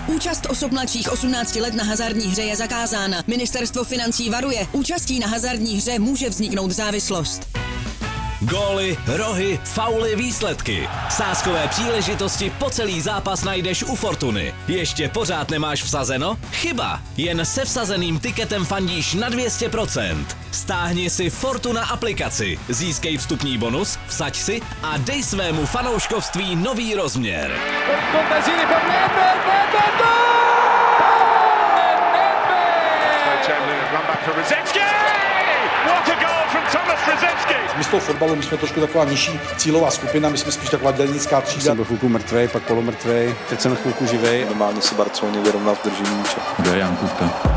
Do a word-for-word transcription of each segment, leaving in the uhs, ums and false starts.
Účast osob mladších osmnácti let na hazardní hře je zakázána. Ministerstvo financí varuje, účastí na hazardní hře může vzniknout závislost. Góly, rohy, fauly, výsledky. Sázkové příležitosti po celý zápas najdeš u Fortuny. Ještě pořád nemáš vsazeno? Chyba! Jen se vsazeným tiketem fandíš na dvě stě procent. Stáhni si Fortuna aplikaci, získej vstupní bonus, vsaď si a dej svému fanouškovství nový rozměr. My z toho fotbalu, my jsme trošku taková nižší cílová skupina, my jsme spíš taková dělnická třída. Jsem byl chvilku mrtvej, pak polomrtvej, teď jsem chvilku živej. Normálně se Barceloně vyrovnal v držení míče. Kdo je Jan Kupka?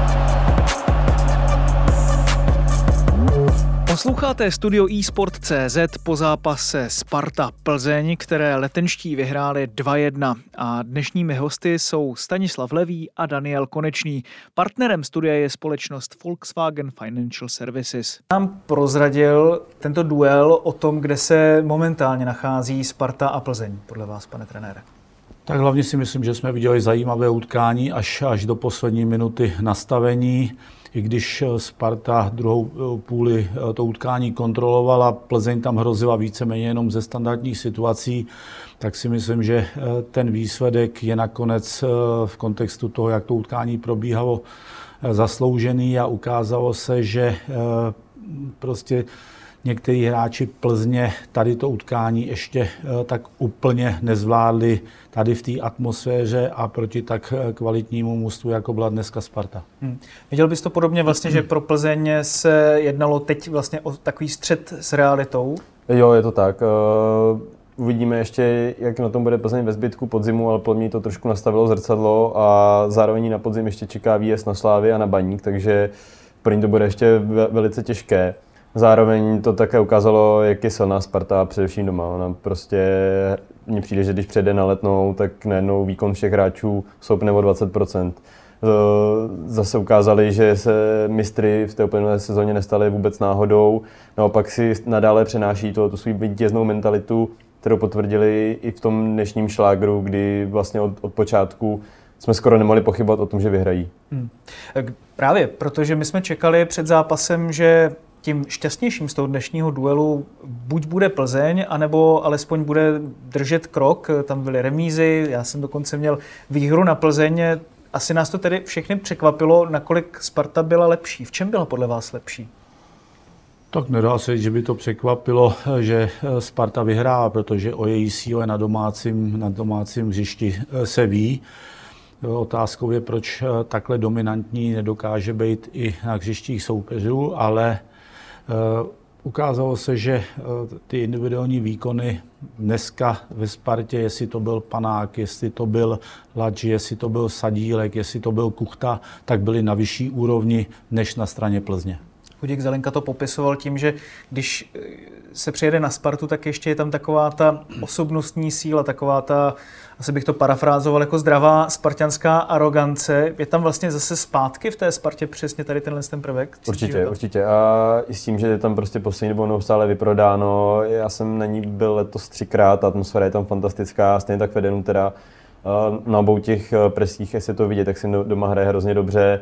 Posloucháte Studio eSport tečka cé zet po zápase Sparta Plzeň, které letenští vyhráli dva jedna. A dnešními hosty jsou Stanislav Levý a Daniel Konečný. Partnerem studia je společnost Volkswagen Financial Services. Nám prozradil tento duel o tom, kde se momentálně nachází Sparta a Plzeň, podle vás, pane trenére. Tak hlavně si myslím, že jsme viděli zajímavé utkání až, až do poslední minuty nastavení. I když Sparta druhou půli to utkání kontrolovala, Plzeň tam hrozila víceméně jenom ze standardních situací, tak si myslím, že ten výsledek je nakonec v kontextu toho, jak to utkání probíhalo, zasloužený a ukázalo se, že prostě někteří hráči Plzně tady to utkání ještě tak úplně nezvládli tady v té atmosféře a proti tak kvalitnímu mužstvu, jako byla dneska Sparta. Hmm. Viděl bys to podobně vlastně, že pro Plzeň se jednalo teď vlastně o takový střet s realitou? Jo, je to tak. Uh, uvidíme ještě, jak na tom bude Plzeň ve zbytku podzimu, ale podle mě to trošku nastavilo zrcadlo a zároveň na podzim ještě čeká výjezd na Slávy a na Baník, takže pro ní to bude ještě velice těžké. Zároveň to také ukázalo, jak je silná Sparta, především doma. Ona prostě, mně přijde, že když přijde na Letnou, tak najednou výkon všech hráčů stoupne o dvacet procent. Zase ukázali, že se mistry v té uplynulé sezóně nestaly vůbec náhodou. Naopak si nadále přenáší to, tu svou vítěznou mentalitu, kterou potvrdili i v tom dnešním šlágru, kdy vlastně od, od počátku jsme skoro nemohli pochybovat o tom, že vyhrají. Hmm. Právě, protože my jsme čekali před zápasem, že tím šťastnějším z toho dnešního duelu buď bude Plzeň, anebo alespoň bude držet krok. Tam byly remízy, já jsem dokonce měl výhru na Plzeň. Asi nás to tedy všechny překvapilo, nakolik Sparta byla lepší. V čem byla podle vás lepší? Tak nedá se, že by to překvapilo, že Sparta vyhrá, protože o její síle na domácím, na domácím hřišti se ví. Otázkou je, proč takhle dominantní nedokáže být i na hřištích soupeřů, ale Uh, ukázalo se, že uh, ty individuální výkony dneska ve Spartě, jestli to byl Panák, jestli to byl Ladži, jestli to byl Sadílek, jestli to byl Kuchta, tak byly na vyšší úrovni než na straně Plzně. Chudík Zelenka to popisoval tím, že když se přijede na Spartu, tak ještě je tam taková ta osobnostní síla, taková ta, asi bych to parafrázoval, jako zdravá spartanská arogance. Je tam vlastně zase zpátky v té Spartě přesně tady tenhle ten prvek? Určitě, určitě. A i s tím, že je tam prostě poslední dobou neustále vyprodáno. Já jsem na ní byl letos třikrát, atmosféra je tam fantastická, stejně tak vedenu teda na obou těch presích, jestli to vidět, tak si doma hraje hrozně dobře.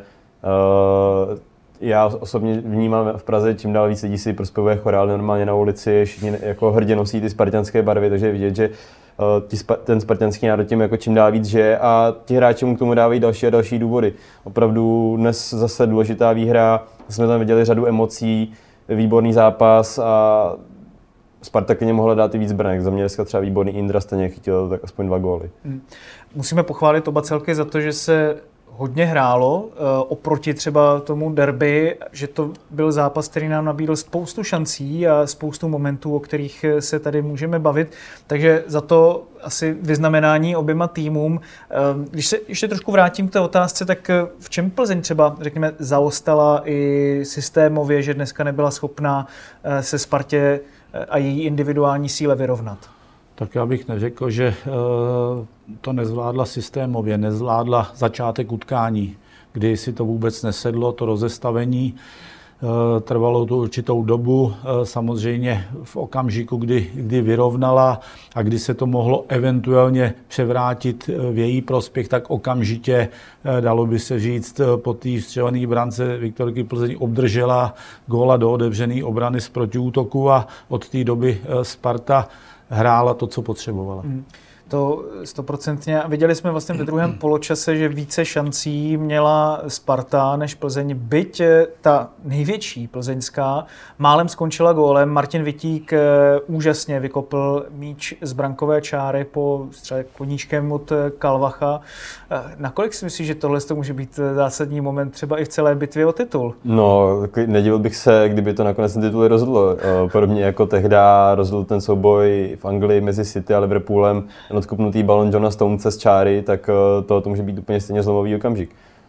Já osobně vnímám v Praze, čím dál víc lidí si prospěvuje chorály normálně na ulici, všichni jako hrdě nosí ty spartanské barvy, takže je vidět, že uh, ten spartanský národ tím jako čím dál víc žije a ti hráči mu k tomu dávají další a další důvody. Opravdu dnes zase důležitá výhra, jsme tam viděli řadu emocí, výborný zápas a Sparta klidně mohla dát i víc branek. Za mě dneska třeba výborný Indra stejně chytil tak aspoň dva góly. Hmm. Musíme pochválit oba celky za to, že se hodně hrálo oproti třeba tomu derby, že to byl zápas, který nám nabídl spoustu šancí a spoustu momentů, o kterých se tady můžeme bavit. Takže za to asi vyznamenání oběma týmům. Když se ještě trošku vrátím k té otázce, tak v čem Plzeň třeba, řekněme, zaostala i systémově, že dneska nebyla schopná se Spartě a její individuální síle vyrovnat? Tak já bych neřekl, že to nezvládla systémově, nezvládla začátek utkání, kdy si to vůbec nesedlo, to rozestavení. Trvalo to určitou dobu, samozřejmě v okamžiku, kdy, kdy vyrovnala a kdy se to mohlo eventuálně převrátit v její prospěch, tak okamžitě, dalo by se říct, po té vstřelené brance Viktorky Plzeň obdržela góla do otevřené obrany z protiútoku a od té doby Sparta hrála to, co potřebovala. Hmm. To stoprocentně. A viděli jsme vlastně ve druhém poločase, že více šancí měla Sparta než Plzeň. Byť ta největší plzeňská málem skončila gólem. Martin Vitík úžasně vykopl míč z brankové čáry po střele koníčkem od Kalvacha. Nakolik si myslíš, že tohle to může být zásadní moment třeba i v celé bitvě o titul? No, nedivil bych se, kdyby to nakonec ten titul rozhodlo. Podobně jako tehdy rozhodl ten souboj v Anglii mezi City a Liverpoolem, odkopnutý balon Johna Stonese z čáry, tak to, to může být úplně stejně zlomový okamžik.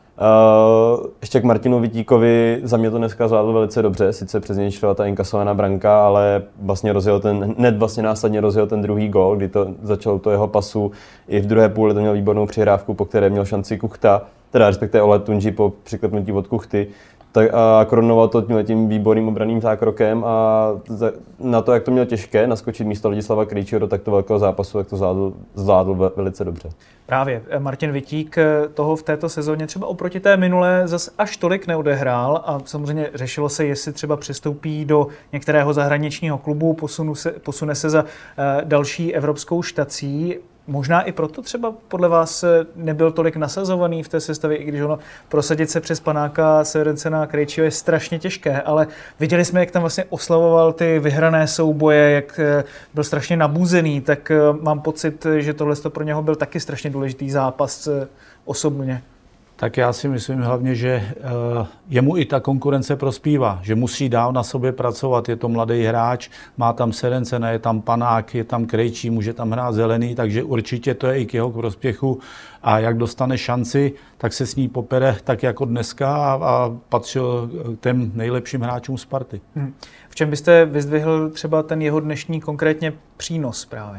Uh, ještě k Martinu Vitíkovi, za mě to dneska zvládl velice dobře, sice přes něj šla ta inkasovaná branka, ale vlastně rozjel ten, hned vlastně následně rozjel ten druhý gól, kdy to začalo to jeho pasu. I v druhé půli to měl výbornou přihrávku, po které měl šanci Kuchta, teda respektive Ole Tunji po přiklepnutí od Kuchty. Tak a korunoval to tím výborným obranným zákrokem a na to, jak to měl těžké, naskočit místo Ladislava Krejčího do takto velkého zápasu, jak to zvládl, zvládl velice dobře. Právě Martin Vitík toho v této sezóně třeba oproti té minulé zas až tolik neodehrál a samozřejmě řešilo se, jestli třeba přestoupí do některého zahraničního klubu, posunu se, posune se za další evropskou štací. Možná i proto třeba podle vás nebyl tolik nasazovaný v té sestavě, i když ono prosadit se přes Panáka, Serencena a Krejčího je strašně těžké, ale viděli jsme, jak tam vlastně oslavoval ty vyhrané souboje, jak byl strašně nabuzený, tak mám pocit, že tohle pro něho byl taky strašně důležitý zápas osobně. Tak já si myslím hlavně, že jemu i ta konkurence prospívá, že musí dál na sobě pracovat. Je to mladý hráč, má tam Serencena, je tam Panák, je tam Krejčí, může tam hrát Zelený, takže určitě to je i k jeho prospěchu. A jak dostane šanci, tak se s ní popere tak jako dneska a, a patřil k těm nejlepším hráčům Sparty. Hmm. V čem byste vyzdvihl třeba ten jeho dnešní konkrétně přínos právě?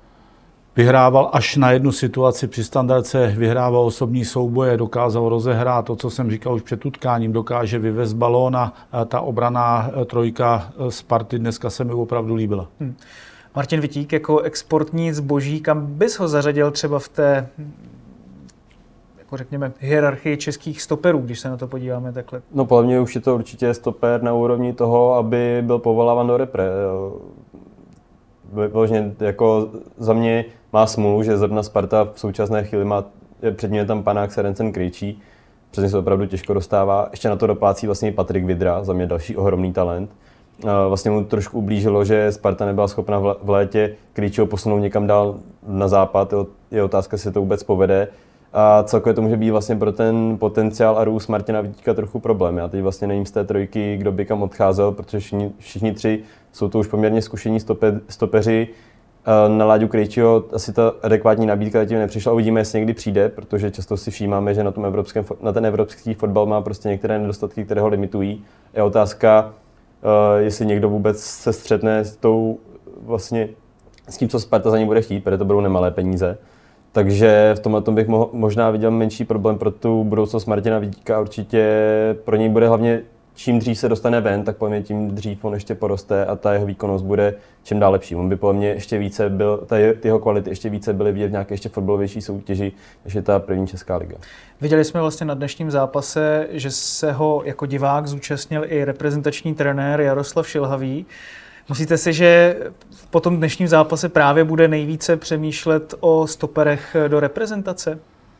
Vyhrával až na jednu situaci při standardce, vyhrával osobní souboje, dokázal rozehrát to, co jsem říkal už před utkáním, dokáže vyvést balón a ta obranná trojka Sparty dneska se mi opravdu líbila. Hmm. Martin Vitík jako exportní zboží, kam bys ho zařadil třeba v té, jako řekněme, hierarchii českých stoperů, když se na to podíváme takhle? No podle mě už je to určitě stoper na úrovni toho, aby byl povoláván do repre. Vyloženě jako za mě má smůlu, že zrovna Sparta v současné chvíli má, před ním je tam Panák, Serencen, Krejčí, přes ně se opravdu těžko dostává. Ještě na to doplácí vlastně Patrik Vidra, za mě další ohromný talent. Vlastně mu trošku ublížilo, že Sparta nebyla schopna v létě Krejčího posunout někam dál na západ, je otázka, jestli to vůbec povede. A celkově to může být vlastně pro ten potenciál a růst Martina Vitíka trochu problém. Já teď vlastně nevím z té trojky, kdo by kam odcházel, protože všichni, všichni tři jsou to už poměrně zkušení stope, stopeři. Na Láďu Krejčího asi ta adekvátní nabídka zatím nepřišla. Uvidíme, jestli někdy přijde, protože často si všímáme, že na, tom evropském, na ten evropský fotbal má prostě některé nedostatky, které ho limitují. Je otázka, jestli někdo vůbec se střetne s tou vlastně s tím, co Sparta za ní bude chtít, protože to budou nemalé peníze. Takže v tomhle tom bych mo- možná viděl menší problém pro tu budoucnost Martina Vitíka. Určitě pro něj bude hlavně, čím dřív se dostane ven, tak podle mě tím dřív on ještě poroste a ta jeho výkonnost bude čím dál lepší. On by podle mě ještě více byl, ta je, ty jeho kvality ještě více byly vidět v nějaké ještě fotbalovější soutěži, než je ta první česká liga. Viděli jsme vlastně na dnešním zápase, že se ho jako divák zúčastnil i reprezentační trenér Jaroslav Šilhavý. Myslíte si, že po tom dnešním zápase právě bude nejvíce přemýšlet o stoperech do reprezentace?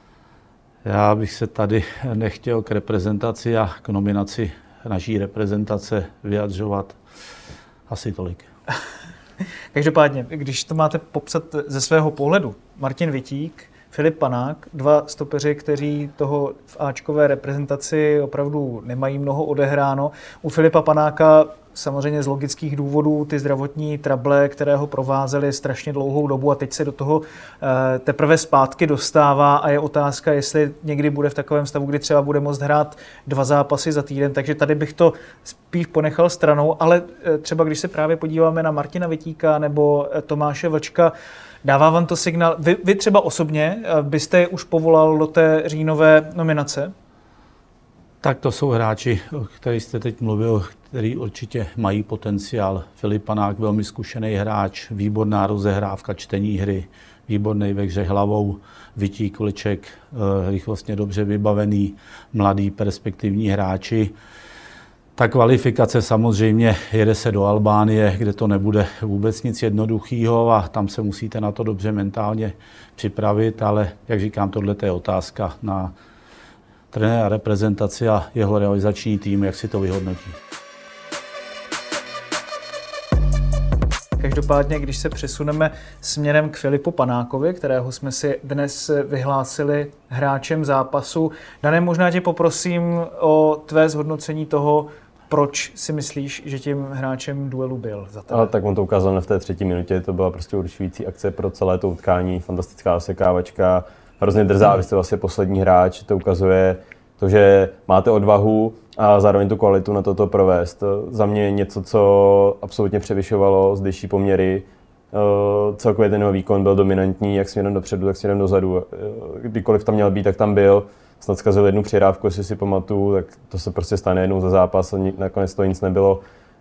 Já bych se tady nechtěl k reprezentaci a k nominaci naší reprezentace vyjadřovat asi tolik. Každopádně, když to máte popsat ze svého pohledu, Martin Vitík, Filip Panák, dva stopeři, kteří toho v áčkové reprezentaci opravdu nemají mnoho odehráno. U Filipa Panáka samozřejmě z logických důvodů ty zdravotní trable, které ho provázely strašně dlouhou dobu a teď se do toho teprve zpátky dostává a je otázka, jestli někdy bude v takovém stavu, kdy třeba bude moct hrát dva zápasy za týden, takže tady bych to spíš ponechal stranou, ale třeba když se právě podíváme na Martina Vitíka nebo Tomáše Vlčka, dává vám to signál, vy, vy třeba osobně byste je už povolal do té říjnové nominace? Tak to jsou hráči, o kterých jste teď mluvil, který určitě mají potenciál. Filip Panák, velmi zkušený hráč, výborná rozehrávka, čtení hry, výborný ve hře hlavou, Vítěk Vlček, rychlostně dobře vybavený, mladý, perspektivní hráči. Ta kvalifikace samozřejmě jede se do Albánie, kde to nebude vůbec nic jednoduchého a tam se musíte na to dobře mentálně připravit, ale jak říkám, tohle je otázka na trenéra reprezentaci a jeho realizační tým, jak si to vyhodnotí. Každopádně, když se přesuneme směrem k Filipu Panákovi, kterého jsme si dnes vyhlásili hráčem zápasu. Dané, možná tě poprosím o tvé zhodnocení toho, proč si myslíš, že tím hráčem duelu byl za tebe? Ale tak on to ukázal v té třetí minutě, to byla prostě určující akce pro celé to utkání, fantastická osekávačka, hrozně drzá, vy jste vlastně poslední hráč, to ukazuje to, že máte odvahu a zároveň tu kvalitu na toto provést. Za mě něco, co absolutně převyšovalo zdejší poměry. Celkově ten jeho výkon byl dominantní, jak směrem dopředu, tak směrem dozadu. Kdykoliv tam měl být, tak tam byl. Snad zkazil jednu přihrávku, jestli si pamatuju, tak to se prostě stane jednou za zápas a nakonec to nic nebylo.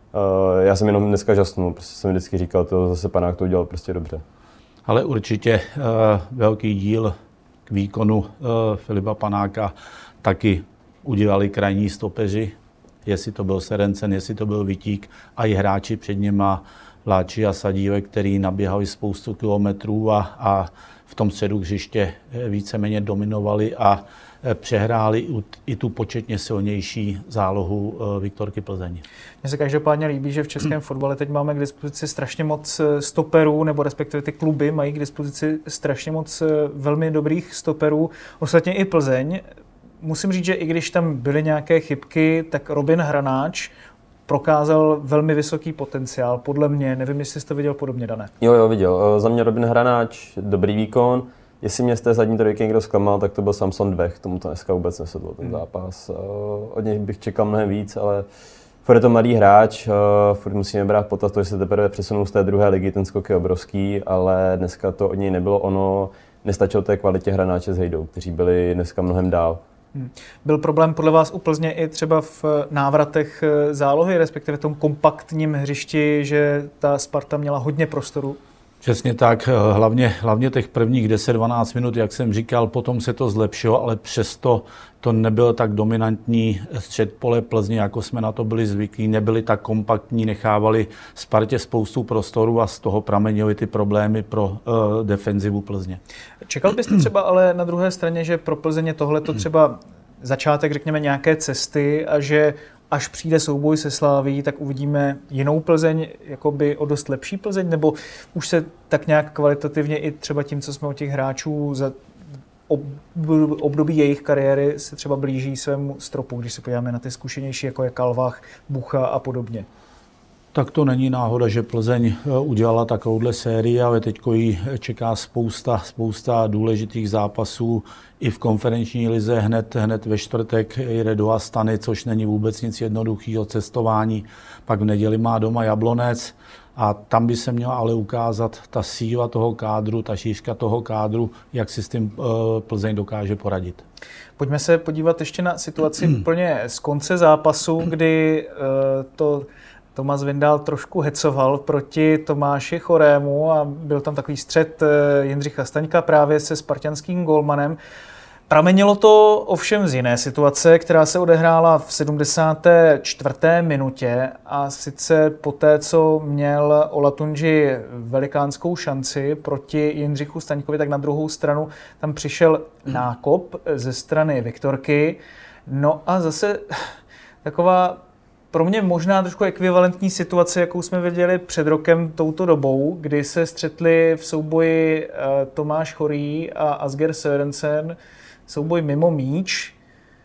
Já jsem jenom dneska žasnul, prostě jsem vždycky říkal, to zase Panák to udělal prostě dobře. Ale určitě uh, velký díl k výkonu uh, Filipa Panáka taky udělali krajní stopeři, jestli to byl Serencen, jestli to byl Vítík a i hráči před něma, Láči a Sadívek, který naběhali spoustu kilometrů a, a v tom středu hřiště víceméně dominovali a přehráli i tu početně silnější zálohu Viktorky Plzeň. Mně se každopádně líbí, že v českém fotbale teď máme k dispozici strašně moc stoperů, nebo respektive ty kluby mají k dispozici strašně moc velmi dobrých stoperů. Ostatně i Plzeň. Musím říct, že i když tam byly nějaké chybky, tak Robin Hranáč prokázal velmi vysoký potenciál. Podle mě, nevím, jestli jste to viděl podobně, Dané. Jo, jo, viděl. Za mě Robin Hranáč, dobrý výkon. Jestli mě z té zadní trojky někdo zklamal, tak to byl Samson Dvech. Tomu to dneska vůbec nesedlo, ten zápas. Od něj bych čekal mnohem víc, ale furt je to mladý hráč. Furt musíme brát potaz to, že se teprve přesunul z té druhé ligy, ten skok je obrovský, ale dneska to od něj nebylo ono. Nestačilo té kvalitě Hranáče s Hejdou, kteří byli dneska mnohem dál. Hmm. Byl problém podle vás u Plzně i třeba v návratech zálohy, respektive tom kompaktním hřišti, že ta Sparta měla hodně prostoru? Přesně tak, hlavně, hlavně těch prvních deset dvanáct minut, jak jsem říkal, potom se to zlepšilo, ale přesto to nebyl tak dominantní střed pole Plzně, jako jsme na to byli zvyklí, nebyli tak kompaktní, nechávali Spartě spoustu prostoru a z toho pramenily ty problémy pro uh, defenzivu Plzně. Čekal byste třeba ale na druhé straně, že pro Plzeň je tohleto třeba začátek, řekněme, nějaké cesty a že až přijde souboj se Sláví, tak uvidíme jinou Plzeň, jakoby o dost lepší Plzeň, nebo už se tak nějak kvalitativně i třeba tím, co jsme od těch hráčů za období jejich kariéry se třeba blíží svému stropu, když se podíváme na ty zkušenější, jako je Kalvách, Bucha a podobně. Tak to není náhoda, že Plzeň udělala takovouhle sérii, ale teď ji čeká spousta, spousta důležitých zápasů i v konferenční lize. Hned, hned ve čtvrtek jede do Astany, což není vůbec nic jednoduchého cestování. Pak v neděli má doma Jablonec a tam by se měla ale ukázat ta síla toho kádru, ta šířka toho kádru, jak si s tím Plzeň dokáže poradit. Pojďme se podívat ještě na situaci úplně z konce zápasu, kdy to Tomáš Vindál trošku hecoval proti Tomáši Chorému a byl tam takový střet Jindřicha Staňka právě se spartanským golmanem. Pramenilo to ovšem z jiné situace, která se odehrála v sedmdesáté čtvrté minutě a sice poté, co měl Olatunji velikánskou šanci proti Jindřichu Staňkovi, tak na druhou stranu tam přišel nákop ze strany Viktorky. No a zase taková pro mě možná trošku ekvivalentní situace, jakou jsme viděli před rokem touto dobou, kdy se střetli v souboji Tomáš Chorý a Asger Sørensen, souboj mimo míč.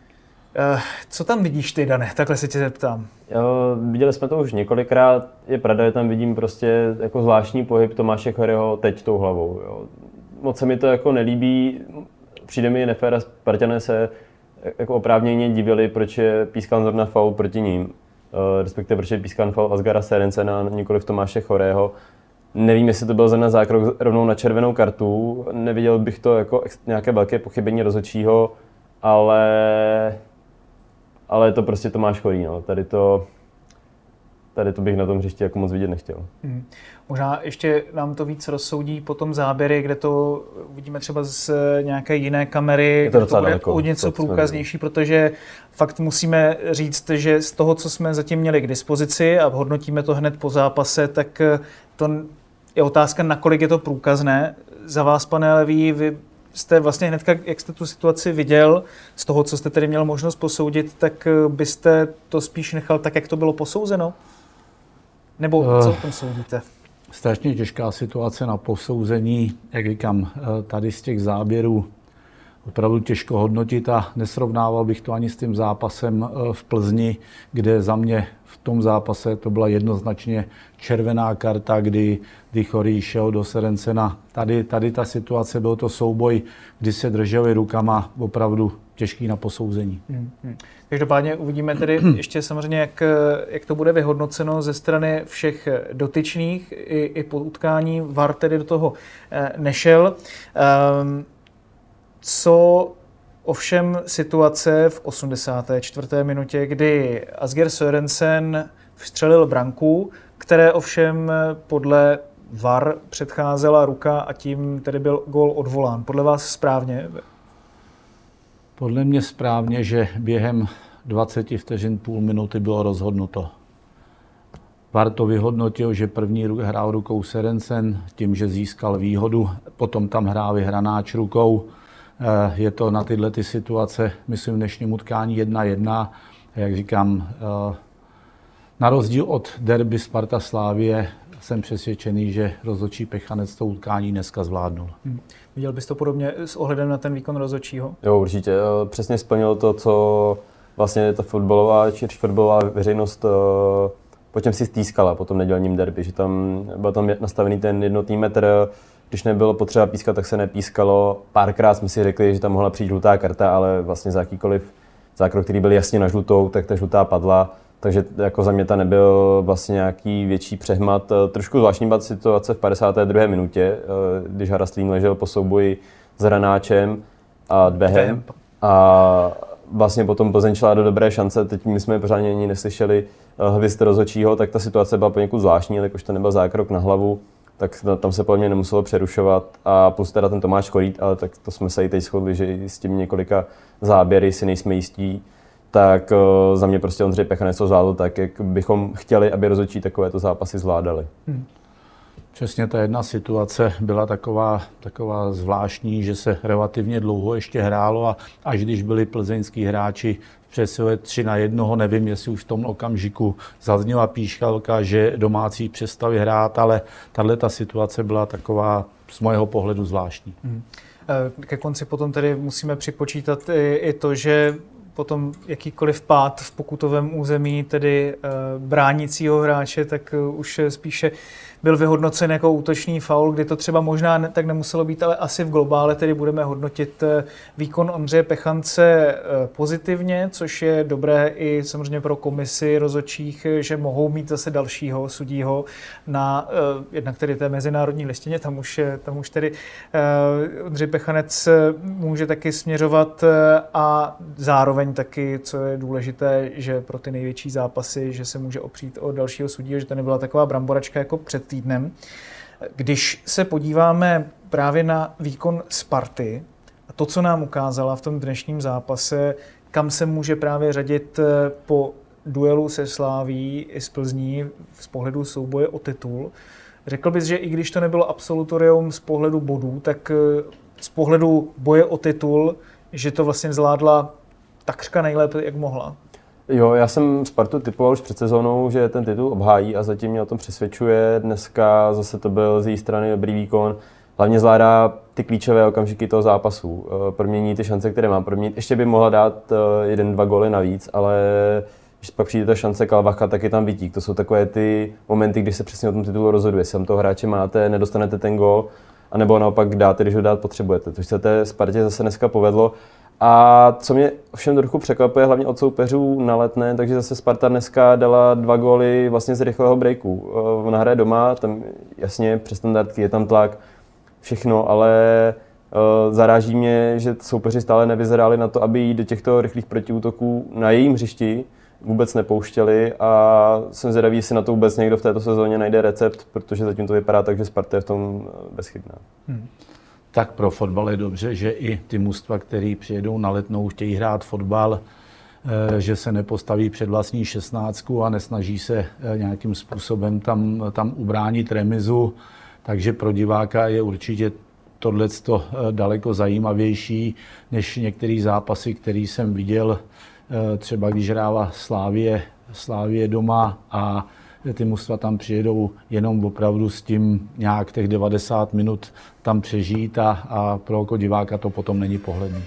Co tam vidíš ty, Dané? Takhle se tě zeptám. Jo, viděli jsme to už několikrát. Je pravda, že tam vidím prostě jako zvláštní pohyb Tomáše Choryho teď tou hlavou. Jo. Moc se mi to jako nelíbí. Přijde mi nefér a Spartané se jako oprávněně divili, proč je pískán zrovna faul proti ním. Respektive proč je pískán faul Asgara Sørensena, nikoliv Tomáše Chorého. Nevím, jestli to byl za nás zákrok rovnou na červenou kartu. Neviděl bych to jako nějaké velké pochybení rozhodčího, ale ale to prostě Tomáš Chorý, no. Tady to, tady to bych na tom hřišti jako moc vidět nechtěl. Hmm. Možná ještě nám to víc rozsoudí potom záběry, kde to vidíme třeba z nějaké jiné kamery, to kde to bude daleko, o něco průkaznější, protože fakt musíme říct, že z toho, co jsme zatím měli k dispozici a hodnotíme to hned po zápase, tak to je otázka, nakolik je to průkazné. Za vás, pane Levý, vy jste vlastně hnedka, jak jste tu situaci viděl, z toho, co jste tedy měl možnost posoudit, tak byste to spíš nechal tak, jak to bylo posouzeno? Nebo co o tom soudíte? Strašně těžká situace na posouzení, jak říkám, tady z těch záběrů opravdu těžko hodnotit a nesrovnával bych to ani s tím zápasem v Plzni, kde za mě v tom zápase to byla jednoznačně červená karta, kdy, kdy Chorý šel do Serencena. Tady, tady ta situace, byl to souboj, kdy se drželi rukama, opravdu těžký na posouzení. Hmm, hmm. Každopádně uvidíme tedy ještě samozřejmě, jak, jak to bude vyhodnoceno ze strany všech dotyčných i, i po utkání. V á er tedy do toho eh, nešel. Um, co ovšem situace v osmdesáté čtvrté minutě, kdy Asger Sørensen vstřelil branku, které ovšem podle V A R předcházela ruka a tím tedy byl gól odvolán. Podle vás správně? Podle mě správně, že během dvacet vteřin půl minuty bylo rozhodnuto. V A R to vyhodnotil, že první hrál rukou Sørensen tím, že získal výhodu, potom tam hráli hranáč rukou. Je to na tyhle ty situace, myslím, v dnešním utkání jedna jedna. Jak říkám, na rozdíl od derby Sparta Slavie jsem přesvědčený, že rozhodčí Pechanec to utkání dneska zvládnul. Hmm. Viděl bys to podobně s ohledem na ten výkon rozhodčího? Jo, určitě. Přesně splnilo to, co vlastně ta fotbalová či fotbalová veřejnost po čem si stýskala po tom nedělním derby, že tam byl tam nastavený ten jednotný metr. Když nebylo potřeba pískat, tak se nepískalo. Párkrát jsme si řekli, že tam mohla přijít žlutá karta, ale vlastně za jakýkoliv zákrok, který byl jasně na žlutou, tak ta žlutá padla. Takže jako za mě ta nebyl vlastně nějaký větší přehmat. Trošku zvláštní byla situace v padesáté druhé minutě, když Haraslín ležel po souboji s Hranáčem a Dbehem. A vlastně potom Plzeň šla do dobré šance, teď my jsme pořádně ani neslyšeli hvizd rozhodčího, tak ta situace byla poněkud zvláštní, jakož to nebyl zákrok na hlavu, tak tam se podle mě nemuselo přerušovat a plus teda ten Tomáš Chorý, ale tak to jsme se i teď shodli, že s tím několika záběry si nejsme jistí, tak uh, za mě prostě Ondřej Pechanec to zvládl tak, jak bychom chtěli, aby rozhodčí takovéto zápasy zvládali. Hmm. Přesně ta jedna situace byla taková, taková zvláštní, že se relativně dlouho ještě hrálo a až když byli plzeňský hráči v přesile tři na jednoho, nevím, jestli už v tom okamžiku zazněla píšťalka, že domácí přestali hrát, ale tahle ta situace byla taková z mého pohledu zvláštní. Hmm. Ke konci potom tedy musíme připočítat i, i to, že potom jakýkoliv pád v pokutovém území, tedy e, bránícího hráče, tak už spíše byl vyhodnocen jako útočný faul, kdy to třeba možná ne, tak nemuselo být, ale asi v globále tedy budeme hodnotit výkon Ondřeje Pechance pozitivně, což je dobré i samozřejmě pro komisi rozhodčích, že mohou mít zase dalšího sudího na jednak tedy té mezinárodní listině, tam už, tam už tedy Ondřej Pechanec může taky směřovat a zároveň taky, co je důležité, že pro ty největší zápasy, že se může opřít o dalšího sudího, že to nebyla taková bramboračka jako před týdnem. Když se podíváme právě na výkon Sparty a to, co nám ukázala v tom dnešním zápase, kam se může právě řadit po duelu se Slavií i s Plzní z pohledu souboje o titul, řekl bys, že i když to nebylo absolutorium z pohledu bodů, tak z pohledu boje o titul, že to vlastně zvládla takřka nejlépe, jak mohla? Jo, já jsem Spartu typoval už před sezónou, že ten titul obhájí a zatím mě o tom přesvědčuje. Dneska zase to byl z její strany dobrý výkon. Hlavně zvládá ty klíčové okamžiky toho zápasu. Promění ty šance, které má proměnit. Ještě by mohla dát jeden, dva góly navíc, ale když pak přijde ta šance Kalvacha, tak je tam vytík. To jsou takové ty momenty, kdy se přesně o tom titulu rozhoduje. Jestli tam toho hráče máte, nedostanete ten gól, anebo naopak dáte, když ho dát potřebujete. Což se té Spartě zase dneska povedlo. A co mě ovšem trochu překvapuje, hlavně od soupeřů na Letné, takže zase Sparta dneska dala dva góly vlastně z rychlého breaku. Ona hraje doma, tam jasně přes standardky je tam tlak, všechno, ale Zaráží mě, že soupeři stále nevyzerali na to, aby jí do těchto rychlých protiútoků na jejím hřišti vůbec nepouštěli a jsem zvědavý, jestli na to vůbec někdo v této sezóně najde recept, protože zatím to vypadá tak, že Sparta je v tom bezchybná. Hmm. Tak pro fotbal je dobře, že i ty mužstva, který přijedou na Letnou, chtějí hrát fotbal, že se nepostaví před vlastní šestnáctku a nesnaží se nějakým způsobem tam, tam ubránit remizu. Takže pro diváka je určitě tohleto daleko zajímavější než některé zápasy, které jsem viděl, třeba když hrála Slavie, Slavie doma a ty mužstva tam přijedou jenom opravdu s tím nějak těch devadesát minut tam přežít a, a pro oko diváka to potom není pohledný.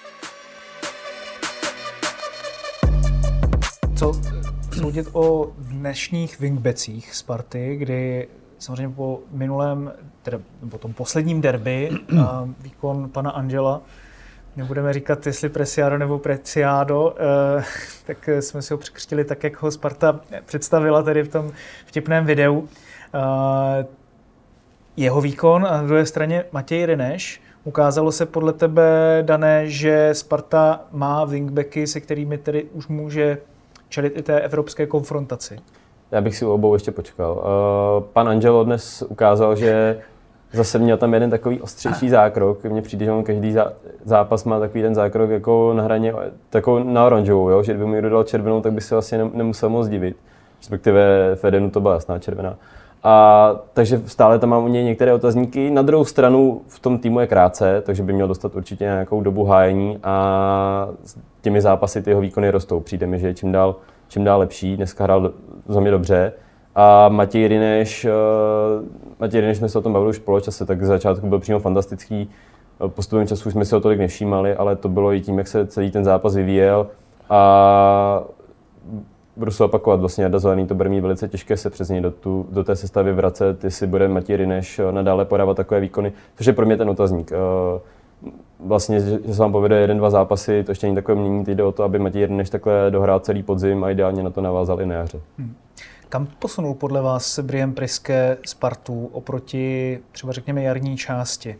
Co soudit o dnešních wingbacích Sparty, kdy samozřejmě po minulém, teda po tom posledním derby výkon pana Angela, nebudeme říkat, jestli Preciado nebo Preciado, eh, tak jsme si ho překřtili tak, jak ho Sparta představila tady v tom vtipném videu. Eh, jeho výkon a na druhé straně Matěj Rineš. Ukázalo se podle tebe, Dané, že Sparta má wingbacky, se kterými tedy už může čelit i té evropské konfrontaci. Já bych si u obou ještě počkal. Uh, pan Angelo dnes ukázal, že zase měl tam jeden takový ostřejší zákrok. Mně přijde, že on každý zápas má takový ten zákrok jako na hraně, takovou na oranžovou, jo? Že kdyby mu někdo dal červenou, tak by se vlastně nemusel moc divit. Respektive v Edenu to byla jasná červená. A takže stále tam mám u něj některé otazníky. Na druhou stranu v tom týmu je krátce, takže by měl dostat určitě nějakou dobu hájení a těmi zápasy ty jeho výkony rostou. Přijde mi, že je čím dál, čím dál lepší. Dneska hrál za mě dobře. A Matěj Rineš, Matěj Rineš jsme se o tom bavili už v poločase, tak z začátku byl přímo fantastický. Postupem času už jsme si ho tolik nevšímali, ale to bylo i tím, jak se celý ten zápas vyvíjel. A budu se opakovat, vlastně Jarda Zelený to bude mít velice těžké se přes něj do, tu, do té sestavy vracet, jestli bude Matěj Rineš nadále podávat takové výkony, což je pro mě ten otazník. Vlastně, že se vám povede jeden, dva zápasy, to ještě není takové mění, jde o to, aby Matěj Rineš takhle dohrál celý podzim a ideálně na to navázal i na jaře. Hmm. Kam posunul podle vás Brian Priske Spartu oproti třeba řekněme jarní části?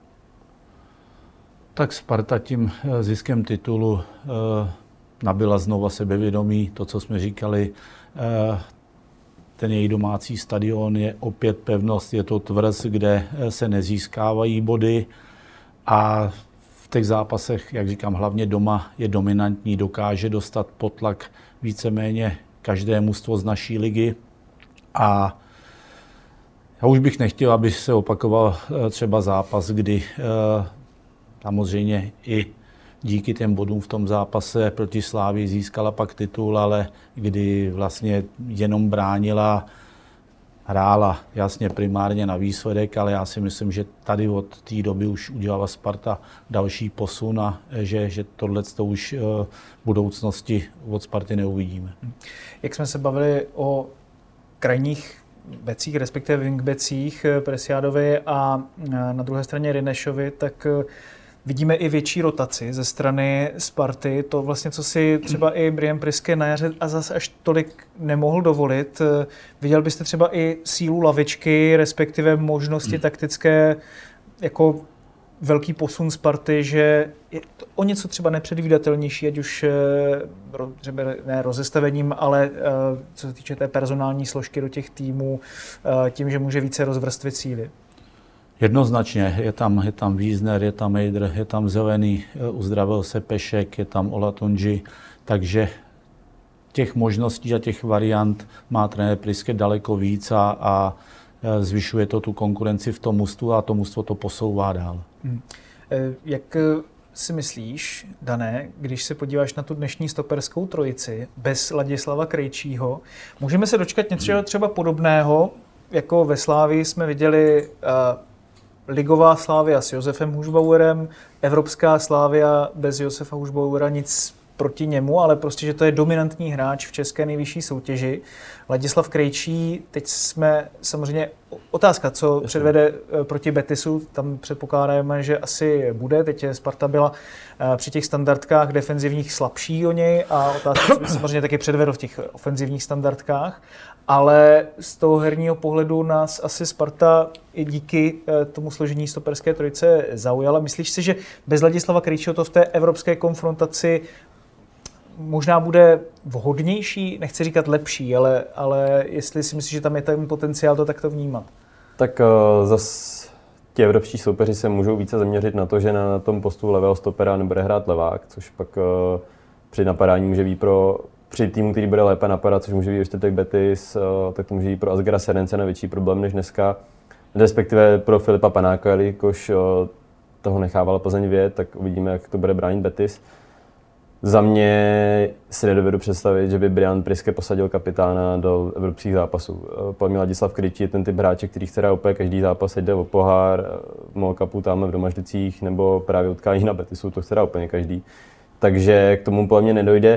Tak Sparta tím ziskem titulu eh, nabyla znova sebevědomí, to, co jsme říkali. Eh, ten její domácí stadion je opět pevnost, je to tvrz, kde se nezískávají body a v těch zápasech, jak říkám, hlavně doma je dominantní, dokáže dostat pod tlak víceméně každé mužstvo z naší ligy a já už bych nechtěl, aby se opakoval třeba zápas, kdy eh, samozřejmě i díky těm bodům v tom zápase proti Slávii získala pak titul, ale kdy vlastně jenom bránila, hrála jasně primárně na výsledek, ale já si myslím, že tady od té doby už udělala Sparta další posun a že, že tohleto už v budoucnosti od Sparty neuvidíme. Jak jsme se bavili o krajních becích, respektive wingbecích Preciadovi a na druhé straně Rinešovi, tak vidíme i větší rotaci ze strany Sparty. To vlastně, co si třeba i Brian Priske na jaře a zase až tolik nemohl dovolit. Viděl byste třeba i sílu lavičky, respektive možnosti hmm. taktické, jako velký posun Sparty, že je to o něco třeba nepředvídatelnější, ať už třeba ne rozestavením, ale co se týče té personální složky do těch týmů, tím, že může více rozvrstvit síly. Jednoznačně, je tam, je tam Wiesner, je tam Ejder, je tam Zelený, uzdravil se Pešek, je tam Olatunji, takže těch možností a těch variant má trenér Priske daleko víc a, a zvyšuje to tu konkurenci v tom mužstvu a to mužstvo to posouvá dál. Hmm. Jak si myslíš, Dané, když se podíváš na tu dnešní stoperskou trojici bez Ladislava Krejčího, můžeme se dočkat něčeho třeba podobného, jako ve Slávii jsme viděli uh, ligová Slavia s Josefem Hušbauerem, evropská Slavia bez Josefa Hušbauera, nic proti němu, ale prostě, že to je dominantní hráč v české nejvyšší soutěži. Ladislav Krejčí, teď jsme samozřejmě otázka, co předvede proti Betisu, tam předpokládáme, že asi bude. Teď Sparta byla při těch standardkách defenzivních slabší o něj a otázka, co by samozřejmě taky předvedl v těch ofenzivních standardkách. Ale z toho herního pohledu nás asi Sparta i díky tomu složení stoperské trojice zaujala. Myslíš si, že bez Ladislava Krejčího to v té evropské konfrontaci možná bude vhodnější, nechci říkat lepší, ale, ale jestli si myslíš, že tam je ten potenciál to takto vnímat? Tak uh, zase ti evropští soupeři se můžou více zaměřit na to, že na tom postu levého stopera nebude hrát levák, což pak uh, při napadání může být pro při týmu, který bude lépe napadat, což může být ještě tak Betis, uh, tak to může být pro Asgera Serencena větší problém než dneska, respektive pro Filipa Panáka, jelikož uh, toho nechávala Plzeň vyjet, tak uvidíme, jak to bude bránit Betis. Za mě si nedovedu představit, že by Brian Priske posadil kapitána do evropských zápasů. Podle mě Ladislav Krejčí je ten typ hráče, který chce hrát úplně každý zápas, ať jde o pohár, Mall Cupu tamhle v Domažlicích, nebo právě utkání na Betisu, to chce hrát úplně každý. Takže k tomu podle mě nedojde.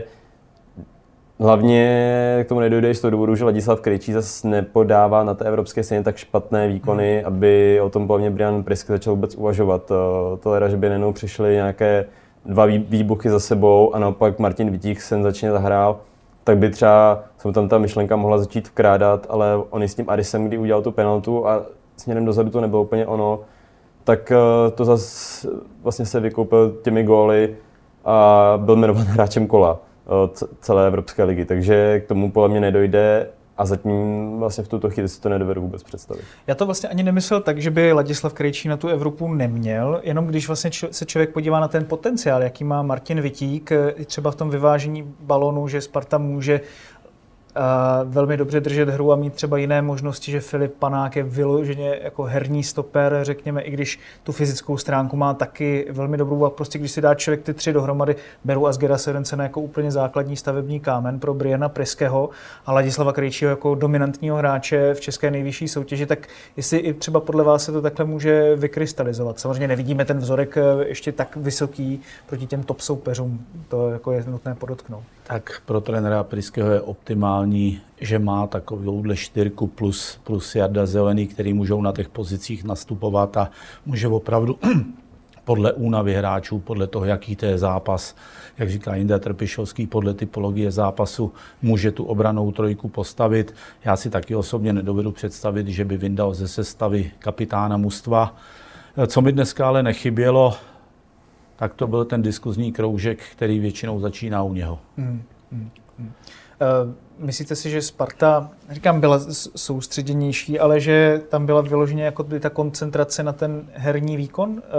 Hlavně k tomu nedojde z toho důvodu, že Ladislav Krejčí zase nepodává na té evropské scéně tak špatné výkony, aby o tom podle mě Brian Priske začal vůbec uvažovat. Tohle, že by nenou přišly nějaké dva výbuchy za sebou a naopak Martin Wittig senzačně zahrál, tak by třeba se tam ta myšlenka mohla začít vkrádat, ale on i s tím Arisem, kdy udělal tu penaltu a směrem dozadu to nebylo úplně ono, tak to zase vlastně se vykoupil těmi góly a byl jmenován hráčem kola celé Evropské ligy, takže k tomu podle mě nedojde. A zatím vlastně v tuto chvíli si to nedovedu vůbec představit. Já to vlastně ani nemyslel tak, že by Ladislav Krejčí na tu Evropu neměl, jenom když vlastně se člověk podívá na ten potenciál, jaký má Martin Wittig, třeba v tom vyvážení balonu, že Sparta může uh, velmi dobře držet hru a mít třeba jiné možnosti, že Filip Panák je vyloženě jako herní stoper, řekněme, i když tu fyzickou stránku má taky velmi dobrou a prostě když si dá člověk ty tři dohromady, beru Asgera Serencena jako úplně základní stavební kámen pro Briana Priskeho a Ladislava Krejčího jako dominantního hráče v české nejvyšší soutěži, tak jestli i třeba podle vás se to takhle může vykrystalizovat. Samozřejmě nevidíme ten vzorek ještě tak vysoký proti těm top soupeřům, to jako je nutné podotknout. Tak pro trenéra Priskeho je optimální, že má takovouhle čtyřku plus, plus Jarda Zelený, který můžou na těch pozicích nastupovat a může opravdu podle únavy hráčů, podle toho, jaký to je zápas, jak říká Jindra Trpišovský, podle typologie zápasu může tu obranou trojku postavit. Já si taky osobně nedovedu představit, že by vyndal ze sestavy kapitána mužstva. Co mi dneska ale nechybělo, tak to byl ten diskuzní kroužek, který většinou začíná u něho. Hmm, hmm, hmm. Uh, myslíte si, že Sparta, říkám, byla soustředěnější, ale že tam byla vyloženě jako ta koncentrace na ten herní výkon uh,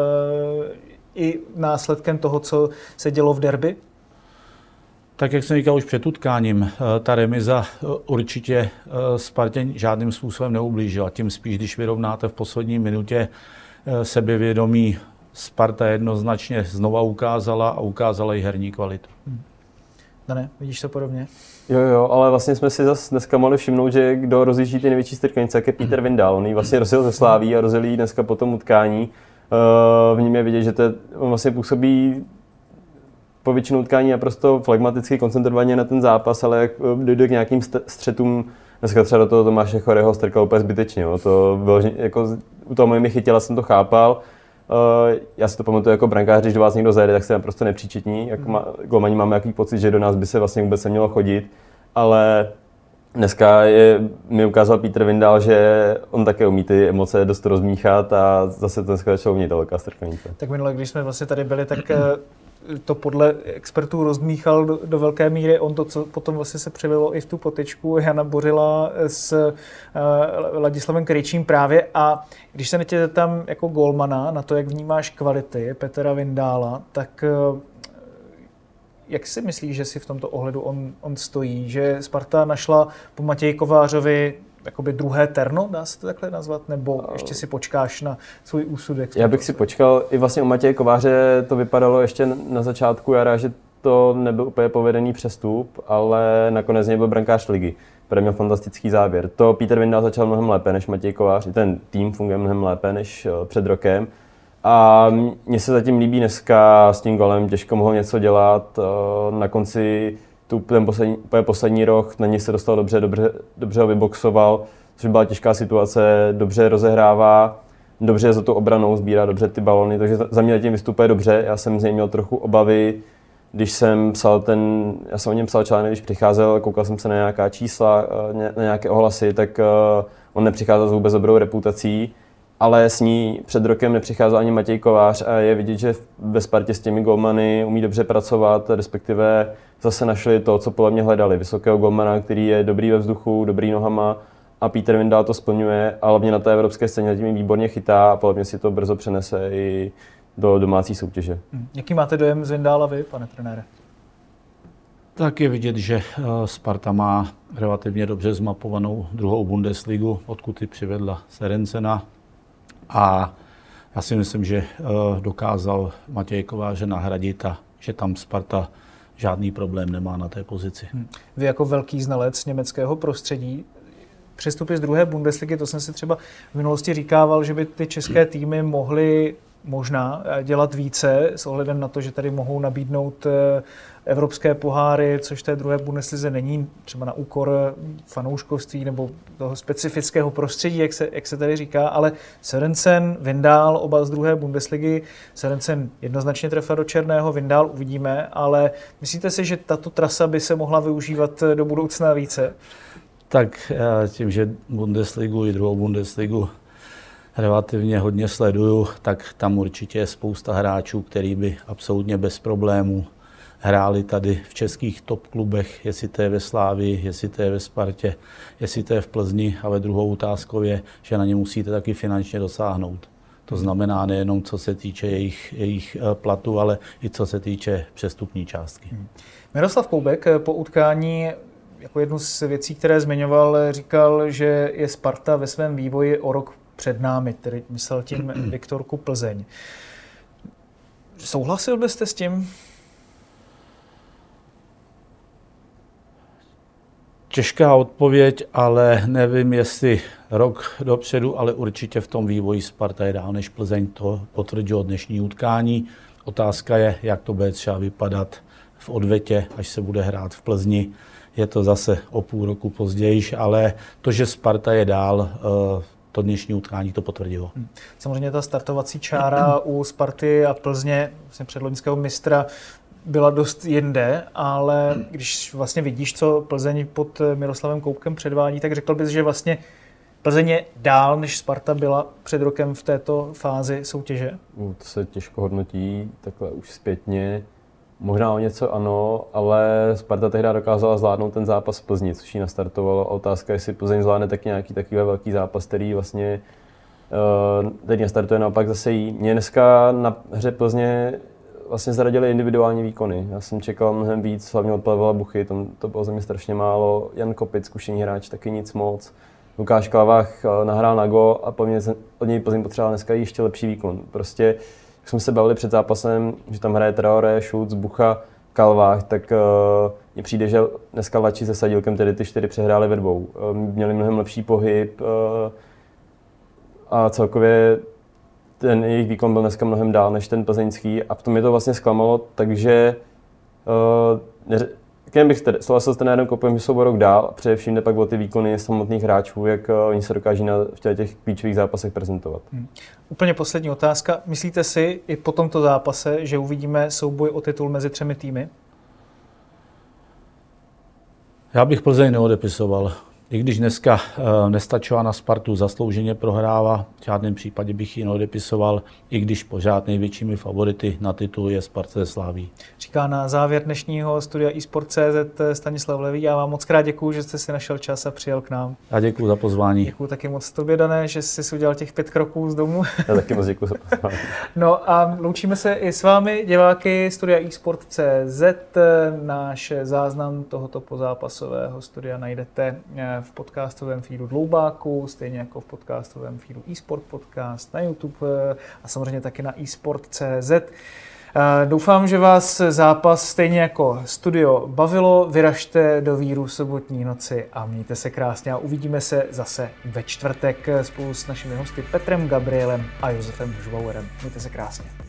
i následkem toho, co se dělo v derby? Tak jak jsem říkal už před utkáním, ta remiza určitě Spartě žádným způsobem neublížila. Tím spíš, když vyrovnáte v poslední minutě, sebevědomí Sparta jednoznačně znova ukázala a ukázala i herní kvalitu. Hmm. Dane, vidíš to podobně? Jo, jo, ale vlastně jsme si zase dneska mohli všimnout, že kdo rozjíždí ty největší strkanice, jak je Peter Vindal. On ji vlastně rozjel ze Sláví a rozjel ji dneska po tom utkání. V něm je vidět, že to je, on vlastně působí po většinu utkání naprosto flegmaticky, koncentrovaně na ten zápas, ale jak dojde k nějakým střetům, dneska třeba do toho Tomáše Choreho strkal úplně zbytečně. Jo. To bylo, jako, u toho mi chytila, jsem to chápal. Uh, já si to pamatuju jako brankář, když do vás někdo zajede, tak se naprosto nepříčetní. Jako má, golmani máme jaký pocit, že do nás by se vlastně vůbec nemělo chodit, ale dneska je, mi ukázal Petr Vindal, že on také umí ty emoce dost rozmíchat a zase to dneska začalo umět ta velká strkanice. Tak minule, když jsme vlastně tady byli, tak to podle expertů rozmíchal do, do velké míry. On to, co potom vlastně se přelilo i v tu potyčku Jana Bořila s uh, Ladislavem Krejčím právě. A když se tě tam jako golmana na to, jak vnímáš kvality Petra Vindála, tak uh, jak si myslíš, že si v tomto ohledu on, on stojí? Že Sparta našla po Matěji Kovářovi jakoby druhé terno, dá se to takhle nazvat? Nebo ještě si počkáš na svůj úsudek? Já bych si počkal. I vlastně u Matěje Kováře to vypadalo ještě na začátku jara, že to nebyl úplně povedený přestup, ale nakonec něj byl brankář ligy, který měl fantastický závěr. To Peter Vindal začal mnohem lépe než Matěj Kovář. I ten tým funguje mnohem lépe než před rokem. A mně se zatím líbí dneska s tím golem, těžko mohl něco dělat. Na konci tu, ten poslední, poslední rok na něj se dostal dobře, dobře, dobře ho vyboxoval, což byla těžká situace, dobře rozehrává, dobře za tu obranou, sbírá dobře ty balony, takže za mě tím vystupuje dobře. Já jsem z něj měl trochu obavy, když jsem psal ten, já jsem o něm psal článek, když přicházel, koukal jsem se na nějaká čísla, na nějaké ohlasy, tak on nepřicházel s vůbec dobrou reputací, ale s ní před rokem nepřicházel ani Matěj Kovář a je vidět, že ve Spartě s těmi golmany umí dobře pracovat, respektive zase našli to, co podle mě hledali. Vysokého golmana, který je dobrý ve vzduchu, dobrý nohama a Petr Vindál to splňuje a hlavně na té evropské scéně tím výborně chytá a podle mě si to brzo přenese i do domácí soutěže. Jaký máte dojem z Vindála vy, pane trenére? Tak je vidět, že Sparta má relativně dobře zmapovanou druhou Bundesligu, odkud ji přivedla Serencena. A já si myslím, že dokázal Matěj Kováře nahradit a že tam Sparta žádný problém nemá na té pozici. Vy jako velký znalec německého prostředí, přestupy z druhé Bundesligy, to jsem si třeba v minulosti říkával, že by ty české týmy mohly možná dělat více s ohledem na to, že tady mohou nabídnout evropské poháry, což té druhé Bundeslize není, třeba na úkor fanouškovství nebo toho specifického prostředí, jak se, jak se tady říká, ale Sørensen, Vindál, oba z druhé Bundesligy, Sørensen jednoznačně trefil do černého, Vindál uvidíme, ale myslíte si, že tato trasa by se mohla využívat do budoucna více? Tak tím, že Bundesligu i druhou Bundesligu relativně hodně sleduju, tak tam určitě je spousta hráčů, který by absolutně bez problémů hráli tady v českých top klubech, jestli to je ve Slávii, jestli to je ve Spartě, jestli to je v Plzni, ale druhou otázkou je, že na ně musíte taky finančně dosáhnout. To znamená nejenom co se týče jejich, jejich platu, ale i co se týče přestupní částky. Miroslav Koubek po utkání jako jednu z věcí, které zmiňoval, říkal, že je Sparta ve svém vývoji o rok před námi, tedy myslel tím Viktorku Plzeň. Souhlasil byste s tím? Těžká odpověď, ale nevím, jestli rok dopředu, ale určitě v tom vývoji Sparta je dál než Plzeň, to potvrdilo dnešní utkání. Otázka je, jak to bude třeba vypadat v odvetě, až se bude hrát v Plzni. Je to zase o půl roku později, ale to, že Sparta je dál, to dnešní utkání to potvrdilo. Samozřejmě ta startovací čára u Sparty a Plzně, vlastně předloňského mistra, byla dost jinde, ale když vlastně vidíš, co Plzeň pod Miroslavem Koubkem předvádí, tak řekl bys, že vlastně Plzeň je dál, než Sparta byla před rokem v této fázi soutěže? To se těžko hodnotí, takhle už zpětně. Možná o něco ano, ale Sparta tehdy dokázala zvládnout ten zápas v Plzni, což ji nastartovalo. A otázka je, jestli Plzeň zvládne taky nějaký takový velký zápas, který vlastně uh, teď nastartuje naopak zase jí. Mě dneska na hře Plzně vlastně zaradili individuální výkony. Já jsem čekal mnohem víc, hlavně od Pavla Buchy, tam to bylo za mě strašně málo. Jan Kopic, zkušený hráč, taky nic moc. Lukáš Klavách nahrál na gól a po mně od něj Plzeň potřeboval dneska ještě lepší výkon. Prostě, jak jsme se bavili před zápasem, že tam hraje Traoré, Schulz, Bucha, Kalvách, tak uh, mně přijde, že dneska Lači se Sadílkem tedy ty čtyři přehráli ve dvou. Uh, měli mnohem lepší pohyb uh, a celkově ten jejich výkon byl dneska mnohem dál než ten plzeňský a v tom je to vlastně zklamalo, takže uh, Jen bych souhlasil s trenérem Koupem, že jsou o rok dál a především jde pak o ty výkony samotných hráčů, jak uh, oni se dokáží na, v těch klíčových zápasech prezentovat. Hmm. Úplně poslední otázka. Myslíte si i po tomto zápase, že uvidíme souboj o titul mezi třemi týmy? Já bych Plzeň neodepisoval. I když dneska e, nestačila na Spartu, zaslouženě prohrává, v žádném případě bych ji neodepisoval, i když pořád největšími favority na titul je Sparta ze Slaví. Říká na závěr dnešního studia eSport tečka cé zet Stanislav Levý. Já vám moc krát děkuju, že jste si našel čas a přijel k nám. Já děkuju za pozvání. Děkuju taky moc tobě, Dané, že jsi udělal těch pět kroků z domu. Já taky moc děkuju za pozvání. No a loučíme se i s vámi, diváky studia eSport tečka cé zet. Náš záznam tohoto pozápasového studia najdete v podcastovém feedu Dloubáku, stejně jako v podcastovém feedu eSport Podcast na YouTube a samozřejmě taky na eSport tečka cé zet. Doufám, že vás zápas stejně jako studio bavilo. Vyražte do víru sobotní noci a mějte se krásně a uvidíme se zase ve čtvrtek spolu s našimi hosty Petrem Gabrielem a Josefem Hužbauerem. Mějte se krásně.